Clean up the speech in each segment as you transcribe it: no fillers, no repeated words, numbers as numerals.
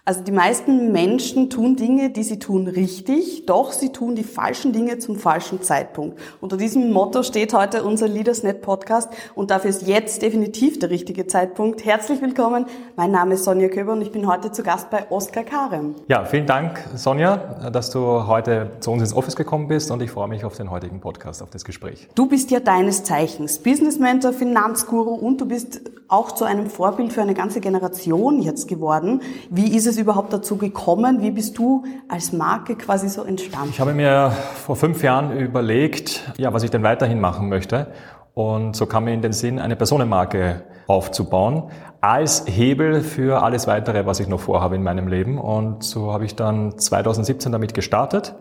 Also die meisten Menschen tun Dinge, die sie tun, richtig, doch sie tun die falschen Dinge zum falschen Zeitpunkt. Unter diesem Motto steht heute unser LeadersNet Podcast und dafür ist jetzt definitiv der richtige Zeitpunkt. Herzlich willkommen, mein Name ist Sonja Köber und ich bin heute zu Gast bei Oskar Karem. Ja, vielen Dank, Sonja, dass du heute zu uns ins Office gekommen bist und ich freue mich auf den heutigen Podcast, auf das Gespräch. Du bist ja deines Zeichens Business Mentor, Finanzguru und du bist auch zu einem Vorbild für eine ganze Generation jetzt geworden. Wie ist es überhaupt dazu gekommen? Wie bist du als Marke quasi so entstanden? Ich habe mir vor 5 Jahren überlegt, was ich denn weiterhin machen möchte. Und so kam mir in den Sinn, eine Personenmarke aufzubauen, als Hebel für alles Weitere, was ich noch vorhabe in meinem Leben. Und so habe ich dann 2017 damit gestartet,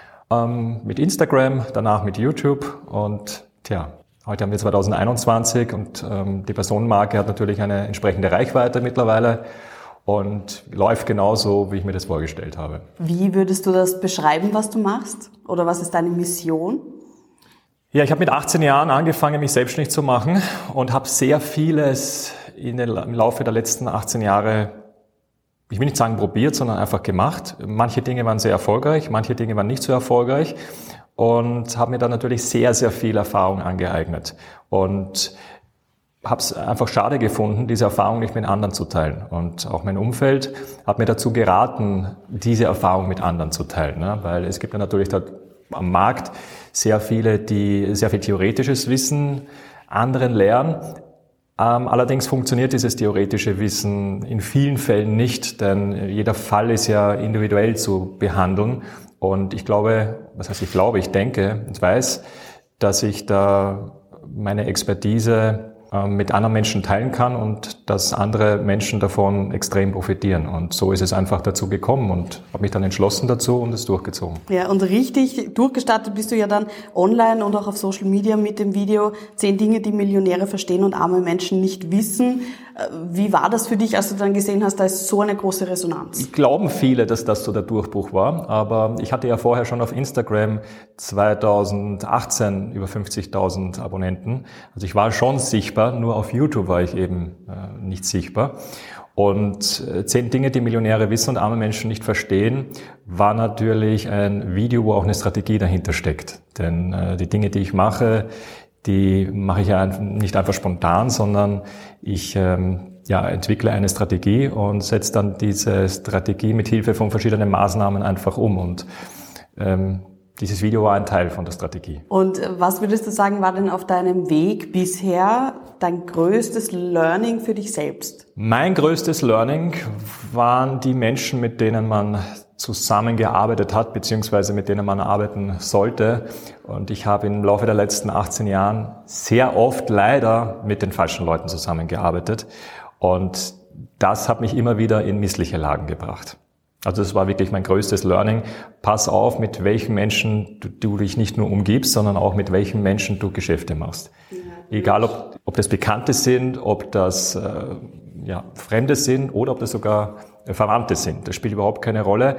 mit Instagram, danach mit YouTube und heute haben wir 2021 und die Personenmarke hat natürlich eine entsprechende Reichweite mittlerweile und läuft genauso, wie ich mir das vorgestellt habe. Wie würdest du das beschreiben, was du machst? Oder was ist deine Mission? Ja, ich habe mit 18 Jahren angefangen, mich selbstständig zu machen und habe sehr vieles im Laufe der letzten 18 Jahre, ich will nicht sagen probiert, sondern einfach gemacht. Manche Dinge waren sehr erfolgreich, manche Dinge waren nicht so erfolgreich und habe mir dann natürlich sehr, sehr viel Erfahrung angeeignet und habe es einfach schade gefunden, diese Erfahrung nicht mit anderen zu teilen. Und auch mein Umfeld hat mir dazu geraten, diese Erfahrung mit anderen zu teilen. Ne? Weil es gibt ja natürlich da am Markt sehr viele, die sehr viel theoretisches Wissen anderen lehren. Allerdings funktioniert dieses theoretische Wissen in vielen Fällen nicht, denn jeder Fall ist ja individuell zu behandeln. Und ich glaube, ich denke und weiß, dass ich da meine Expertise mit anderen Menschen teilen kann und dass andere Menschen davon extrem profitieren. Und so ist es einfach dazu gekommen und habe mich dann entschlossen dazu und es durchgezogen. Ja, und richtig durchgestartet bist du ja dann online und auch auf Social Media mit dem Video 10 Dinge, die Millionäre verstehen und arme Menschen nicht wissen. Wie war das für dich, als du dann gesehen hast, da ist so eine große Resonanz? Glauben viele, dass das so der Durchbruch war, aber ich hatte ja vorher schon auf Instagram 2018 über 50.000 Abonnenten. Also ich war schon sichtbar, nur auf YouTube war ich eben nicht sichtbar. Und 10 Dinge, die Millionäre wissen und arme Menschen nicht verstehen, war natürlich ein Video, wo auch eine Strategie dahinter steckt. Denn die Dinge, die ich mache, die mache ich ja nicht einfach spontan, sondern ich entwickle eine Strategie und setze dann diese Strategie mit Hilfe von verschiedenen Maßnahmen einfach um. Und dieses Video war ein Teil von der Strategie. Und was würdest du sagen, war denn auf deinem Weg bisher dein größtes Learning für dich selbst? Mein größtes Learning waren die Menschen, mit denen man zusammengearbeitet hat, beziehungsweise mit denen man arbeiten sollte. Und ich habe im Laufe der letzten 18 Jahren sehr oft leider mit den falschen Leuten zusammengearbeitet. Und das hat mich immer wieder in missliche Lagen gebracht. Also das war wirklich mein größtes Learning. Pass auf, mit welchen Menschen du dich nicht nur umgibst, sondern auch mit welchen Menschen du Geschäfte machst. Ja. Egal, ob das Bekannte sind, ob das Fremde sind oder ob das sogar Verwandte sind. Das spielt überhaupt keine Rolle.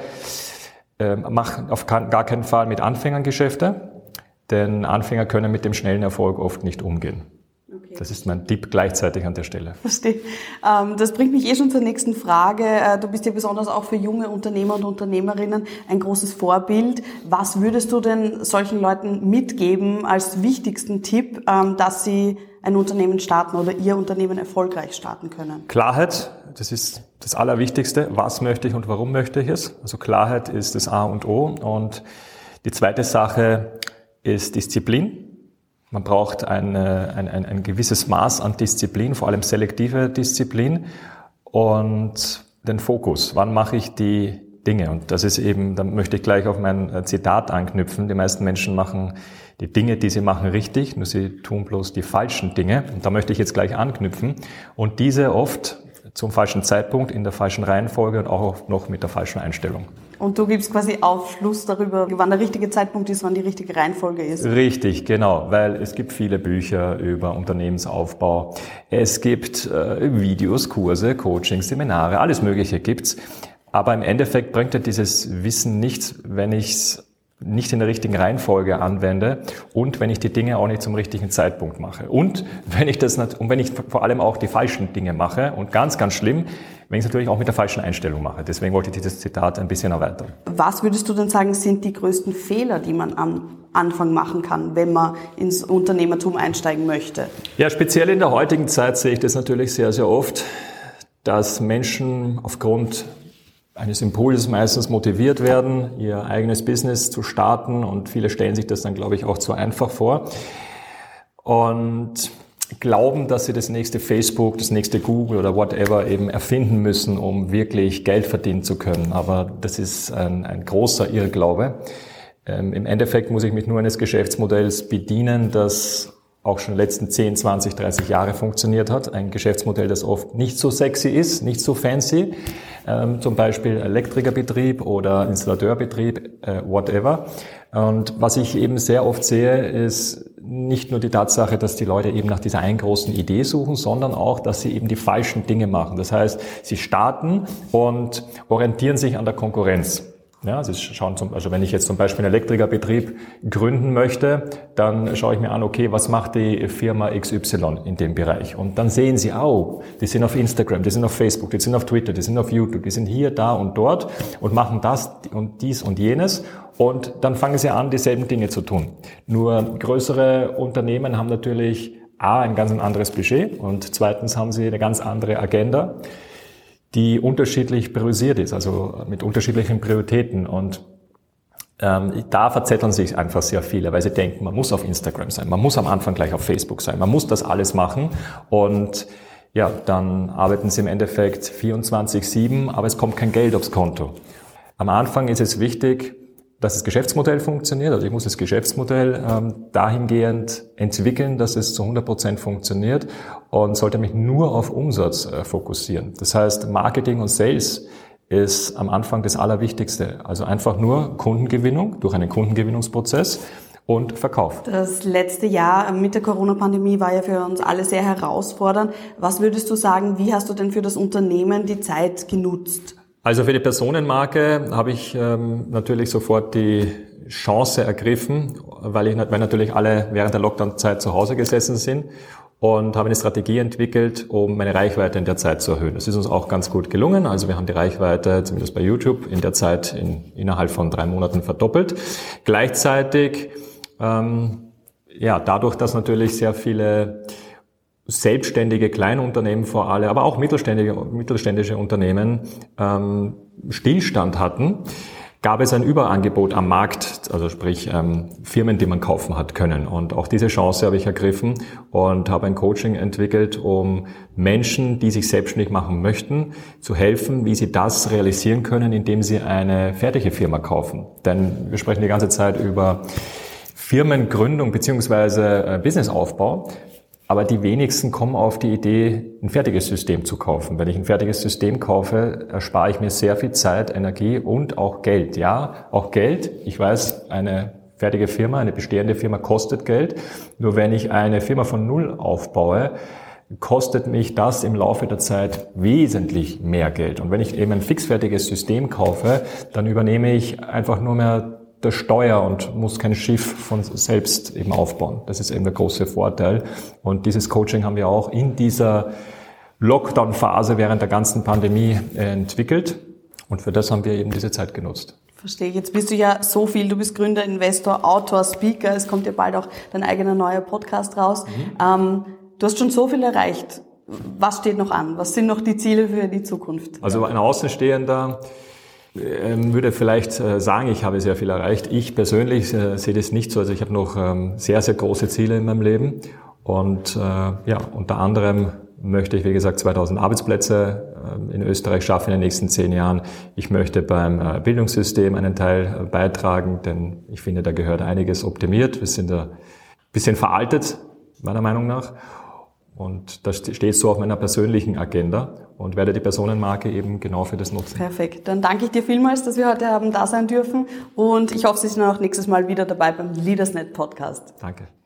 Mach auf gar keinen Fall mit Anfängern Geschäfte, denn Anfänger können mit dem schnellen Erfolg oft nicht umgehen. Okay. Das ist mein Tipp gleichzeitig an der Stelle. Verstehe. Das bringt mich schon zur nächsten Frage. Du bist ja besonders auch für junge Unternehmer und Unternehmerinnen ein großes Vorbild. Was würdest du denn solchen Leuten mitgeben als wichtigsten Tipp, dass sie ein Unternehmen starten oder ihr Unternehmen erfolgreich starten können? Klarheit, das ist das Allerwichtigste. Was möchte ich und warum möchte ich es? Also Klarheit ist das A und O. Und die zweite Sache ist Disziplin. Man braucht ein gewisses Maß an Disziplin, vor allem selektive Disziplin und den Fokus. Wann mache ich die Dinge? Und das ist eben, da möchte ich gleich auf mein Zitat anknüpfen. Die meisten Menschen machen die Dinge, die sie machen, richtig, nur sie tun bloß die falschen Dinge. Und da möchte ich jetzt gleich anknüpfen. Und diese oft zum falschen Zeitpunkt, in der falschen Reihenfolge und auch oft noch mit der falschen Einstellung. Und du gibst quasi Aufschluss darüber, wann der richtige Zeitpunkt ist, wann die richtige Reihenfolge ist. Richtig, genau, weil es gibt viele Bücher über Unternehmensaufbau. Es gibt Videos, Kurse, Coachings, Seminare, alles Mögliche gibt's. Aber im Endeffekt bringt ja dieses Wissen nichts, wenn ich es nicht in der richtigen Reihenfolge anwende und wenn ich die Dinge auch nicht zum richtigen Zeitpunkt mache. Und wenn ich vor allem auch die falschen Dinge mache und ganz, ganz schlimm, wenn ich es natürlich auch mit der falschen Einstellung mache. Deswegen wollte ich dieses Zitat ein bisschen erweitern. Was würdest du denn sagen, sind die größten Fehler, die man am Anfang machen kann, wenn man ins Unternehmertum einsteigen möchte? Ja, speziell in der heutigen Zeit sehe ich das natürlich sehr, sehr oft, dass Menschen aufgrund eines Impulses meistens motiviert werden, ihr eigenes Business zu starten und viele stellen sich das dann, glaube ich, auch zu einfach vor und glauben, dass sie das nächste Facebook, das nächste Google oder whatever eben erfinden müssen, um wirklich Geld verdienen zu können. Aber das ist ein großer Irrglaube. Im Endeffekt muss ich mich nur eines Geschäftsmodells bedienen, das auch schon die letzten 10, 20, 30 Jahre funktioniert hat. Ein Geschäftsmodell, das oft nicht so sexy ist, nicht so fancy. Zum Beispiel Elektrikerbetrieb oder Installateurbetrieb, whatever. Und was ich eben sehr oft sehe, ist nicht nur die Tatsache, dass die Leute eben nach dieser einen großen Idee suchen, sondern auch, dass sie eben die falschen Dinge machen. Das heißt, sie starten und orientieren sich an der Konkurrenz. Ja, also wenn ich jetzt zum Beispiel einen Elektrikerbetrieb gründen möchte, dann schaue ich mir an, okay, was macht die Firma XY in dem Bereich? Und dann sehen sie, die sind auf Instagram, die sind auf Facebook, die sind auf Twitter, die sind auf YouTube, die sind hier, da und dort und machen das und dies und jenes. Und dann fangen sie an, dieselben Dinge zu tun. Nur größere Unternehmen haben natürlich ein ganz anderes Budget und zweitens haben sie eine ganz andere Agenda, die unterschiedlich priorisiert ist, also mit unterschiedlichen Prioritäten. Und da verzetteln sich einfach sehr viele, weil sie denken, man muss auf Instagram sein, man muss am Anfang gleich auf Facebook sein, man muss das alles machen. Und ja, dann arbeiten sie im Endeffekt 24/7, aber es kommt kein Geld aufs Konto. Am Anfang ist es wichtig, dass das Geschäftsmodell funktioniert. Also ich muss das Geschäftsmodell dahingehend entwickeln, dass es zu 100% funktioniert und sollte mich nur auf Umsatz fokussieren. Das heißt, Marketing und Sales ist am Anfang das Allerwichtigste. Also einfach nur Kundengewinnung durch einen Kundengewinnungsprozess und Verkauf. Das letzte Jahr mit der Corona-Pandemie war ja für uns alle sehr herausfordernd. Was würdest du sagen, wie hast du denn für das Unternehmen die Zeit genutzt? Also für die Personenmarke habe ich natürlich sofort die Chance ergriffen, weil natürlich alle während der Lockdown-Zeit zu Hause gesessen sind und habe eine Strategie entwickelt, um meine Reichweite in der Zeit zu erhöhen. Das ist uns auch ganz gut gelungen. Also wir haben die Reichweite, zumindest bei YouTube, in der Zeit innerhalb von 3 Monaten verdoppelt. Gleichzeitig, dadurch, dass natürlich sehr viele selbstständige Kleinunternehmen vor allem, aber auch mittelständische Unternehmen Stillstand hatten, gab es ein Überangebot am Markt, also sprich Firmen, die man kaufen hat können. Und auch diese Chance habe ich ergriffen und habe ein Coaching entwickelt, um Menschen, die sich selbstständig machen möchten, zu helfen, wie sie das realisieren können, indem sie eine fertige Firma kaufen. Denn wir sprechen die ganze Zeit über Firmengründung bzw. Businessaufbau. Aber die wenigsten kommen auf die Idee, ein fertiges System zu kaufen. Wenn ich ein fertiges System kaufe, erspare ich mir sehr viel Zeit, Energie und auch Geld. Ja, auch Geld. Ich weiß, eine fertige Firma, eine bestehende Firma kostet Geld. Nur wenn ich eine Firma von Null aufbaue, kostet mich das im Laufe der Zeit wesentlich mehr Geld. Und wenn ich eben ein fixfertiges System kaufe, dann übernehme ich einfach nur mehr der Steuer und muss kein Schiff von selbst eben aufbauen. Das ist eben der große Vorteil. Und dieses Coaching haben wir auch in dieser Lockdown-Phase während der ganzen Pandemie entwickelt. Und für das haben wir eben diese Zeit genutzt. Verstehe. Jetzt bist du ja so viel. Du bist Gründer, Investor, Autor, Speaker. Es kommt ja bald auch dein eigener neuer Podcast raus. Du hast schon so viel erreicht. Was steht noch an? Was sind noch die Ziele für die Zukunft? Also ein Außenstehender würde vielleicht sagen, ich habe sehr viel erreicht. Ich persönlich sehe das nicht so. Also ich habe noch sehr, sehr große Ziele in meinem Leben. Und unter anderem möchte ich, wie gesagt, 2000 Arbeitsplätze in Österreich schaffen in den nächsten 10 Jahren. Ich möchte beim Bildungssystem einen Teil beitragen, denn ich finde, da gehört einiges optimiert. Wir sind ein bisschen veraltet, meiner Meinung nach. Und das steht so auf meiner persönlichen Agenda und werde die Personenmarke eben genau für das nutzen. Perfekt. Dann danke ich dir vielmals, dass wir heute haben da sein dürfen und ich hoffe, Sie sind auch nächstes Mal wieder dabei beim Leadersnet Podcast. Danke.